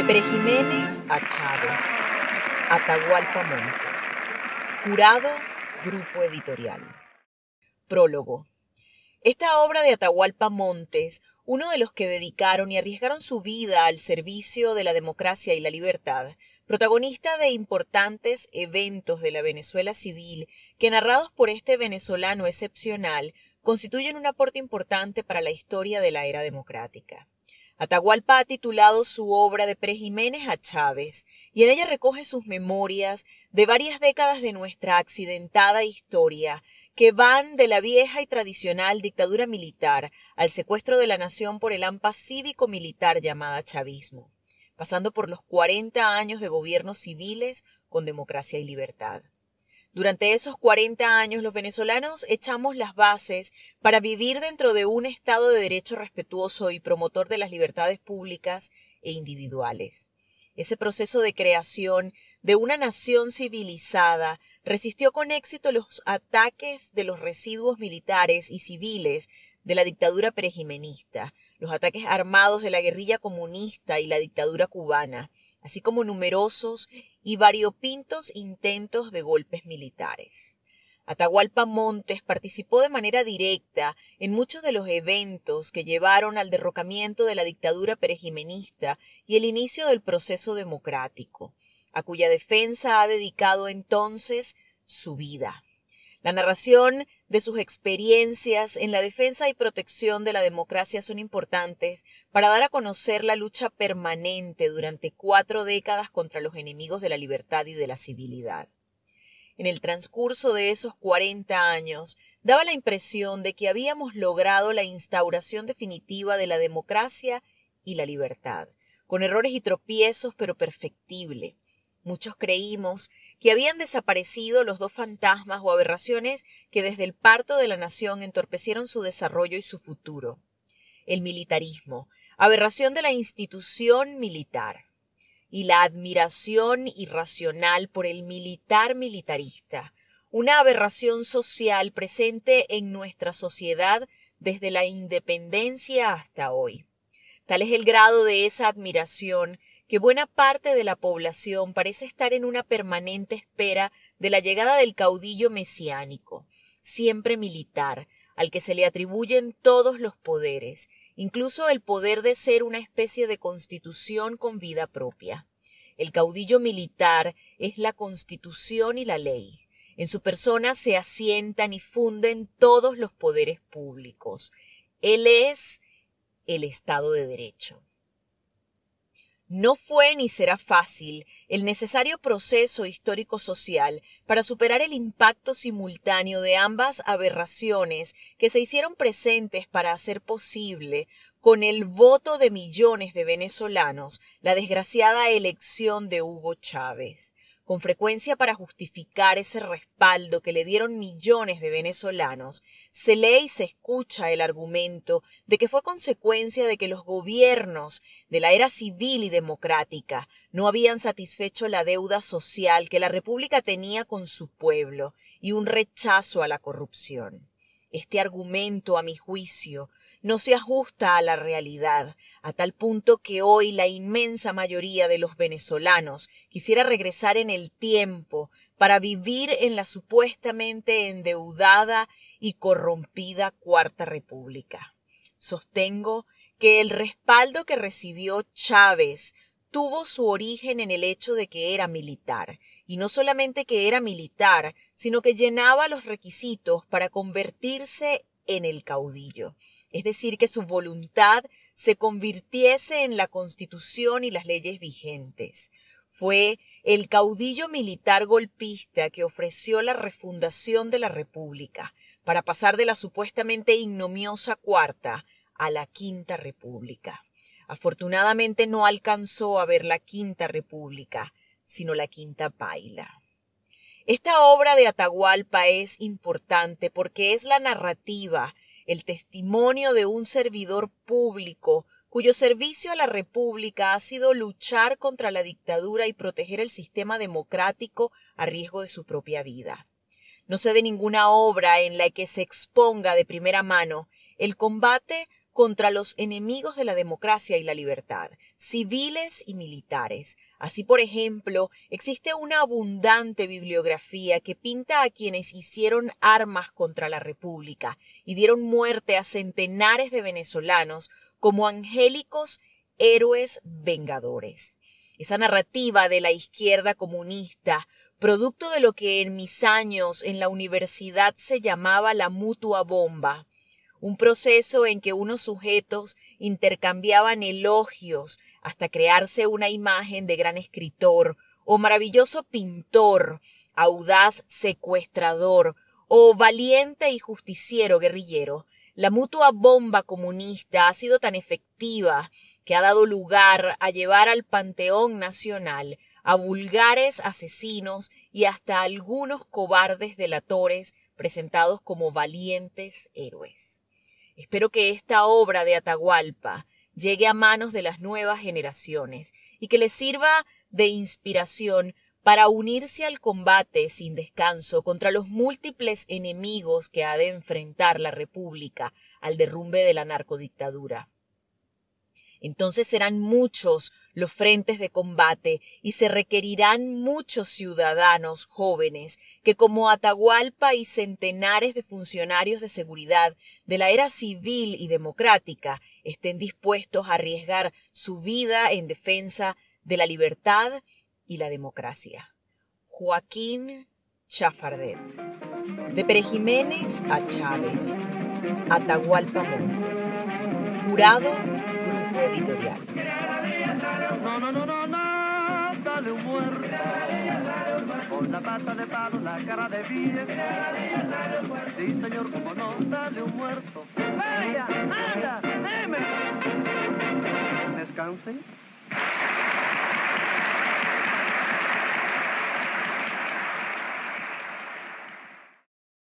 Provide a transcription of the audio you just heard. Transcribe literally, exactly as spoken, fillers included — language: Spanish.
Perejiménez a Chávez, Atahualpa Montes. Jurado, Grupo Editorial. Prólogo. Esta obra de Atahualpa Montes, uno de los que dedicaron y arriesgaron su vida al servicio de la democracia y la libertad, protagonista de importantes eventos de la Venezuela civil que, narrados por este venezolano excepcional, constituyen un aporte importante para la historia de la era democrática. Atahualpa ha titulado su obra de Perejiménez a Chávez, y en ella recoge sus memorias de varias décadas de nuestra accidentada historia, que van de la vieja y tradicional dictadura militar al secuestro de la nación por el hampa cívico-militar llamada chavismo, pasando por los cuarenta años de gobiernos civiles con democracia y libertad. Durante esos cuarenta años, los venezolanos echamos las bases para vivir dentro de un Estado de Derecho respetuoso y promotor de las libertades públicas e individuales. Ese proceso de creación de una nación civilizada resistió con éxito los ataques de los residuos militares y civiles de la dictadura perejimenista, los ataques armados de la guerrilla comunista y la dictadura cubana, así como numerosos y variopintos intentos de golpes militares. Atahualpa Montes participó de manera directa en muchos de los eventos que llevaron al derrocamiento de la dictadura perejimenista y el inicio del proceso democrático, a cuya defensa ha dedicado entonces su vida. La narración de sus experiencias en la defensa y protección de la democracia son importantes para dar a conocer la lucha permanente durante cuatro décadas contra los enemigos de la libertad y de la civilidad. En el transcurso de esos cuarenta años, daba la impresión de que habíamos logrado la instauración definitiva de la democracia y la libertad, con errores y tropiezos, pero perfectible. Muchos creímos que habían desaparecido los dos fantasmas o aberraciones que desde el parto de la nación entorpecieron su desarrollo y su futuro. El militarismo, aberración de la institución militar, y la admiración irracional por el militar militarista, una aberración social presente en nuestra sociedad desde la independencia hasta hoy. Tal es el grado de esa admiración que buena parte de la población parece estar en una permanente espera de la llegada del caudillo mesiánico, siempre militar, al que se le atribuyen todos los poderes, incluso el poder de ser una especie de constitución con vida propia. El caudillo militar es la constitución y la ley. En su persona se asientan y funden todos los poderes públicos. Él es el Estado de Derecho. No fue ni será fácil el necesario proceso histórico-social para superar el impacto simultáneo de ambas aberraciones que se hicieron presentes para hacer posible, con el voto de millones de venezolanos, la desgraciada elección de Hugo Chávez. Con frecuencia, para justificar ese respaldo que le dieron millones de venezolanos, se lee y se escucha el argumento de que fue consecuencia de que los gobiernos de la era civil y democrática no habían satisfecho la deuda social que la República tenía con su pueblo y un rechazo a la corrupción. Este argumento, a mi juicio, no se ajusta a la realidad, a tal punto que hoy la inmensa mayoría de los venezolanos quisiera regresar en el tiempo para vivir en la supuestamente endeudada y corrompida Cuarta República. Sostengo que el respaldo que recibió Chávez tuvo su origen en el hecho de que era militar, y no solamente que era militar, sino que llenaba los requisitos para convertirse en el caudillo. Es decir, que su voluntad se convirtiese en la Constitución y las leyes vigentes. Fue el caudillo militar golpista que ofreció la refundación de la República para pasar de la supuestamente ignominiosa Cuarta a la Quinta República. Afortunadamente no alcanzó a ver la Quinta República, sino la Quinta Paila. Esta obra de Atahualpa es importante porque es la narrativa, el testimonio de un servidor público cuyo servicio a la República ha sido luchar contra la dictadura y proteger el sistema democrático a riesgo de su propia vida. No sé de ninguna obra en la que se exponga de primera mano el combate contra los enemigos de la democracia y la libertad, civiles y militares. Así, por ejemplo, existe una abundante bibliografía que pinta a quienes hicieron armas contra la República y dieron muerte a centenares de venezolanos como angélicos héroes vengadores. Esa narrativa de la izquierda comunista, producto de lo que en mis años en la universidad se llamaba la mutua bomba, un proceso en que unos sujetos intercambiaban elogios hasta crearse una imagen de gran escritor o maravilloso pintor, audaz secuestrador o valiente y justiciero guerrillero. La mutua bomba comunista ha sido tan efectiva que ha dado lugar a llevar al panteón nacional a vulgares asesinos y hasta algunos cobardes delatores presentados como valientes héroes. Espero que esta obra de Atahualpa llegue a manos de las nuevas generaciones y que les sirva de inspiración para unirse al combate sin descanso contra los múltiples enemigos que ha de enfrentar la República al derrumbe de la narcodictadura. Entonces serán muchos los frentes de combate y se requerirán muchos ciudadanos jóvenes que, como Atahualpa y centenares de funcionarios de seguridad de la era civil y democrática, estén dispuestos a arriesgar su vida en defensa de la libertad y la democracia. Joaquín Chafardet. De Pérez Jiménez a Chávez. Atahualpa Montes. Jurado, Grupo Editorial. No, no, no, no, no, dale un muerto. Con la pata de palo, la cara de bien. Sí, señor, como no, dale un muerto. Vaya, anda, deme. Descansen.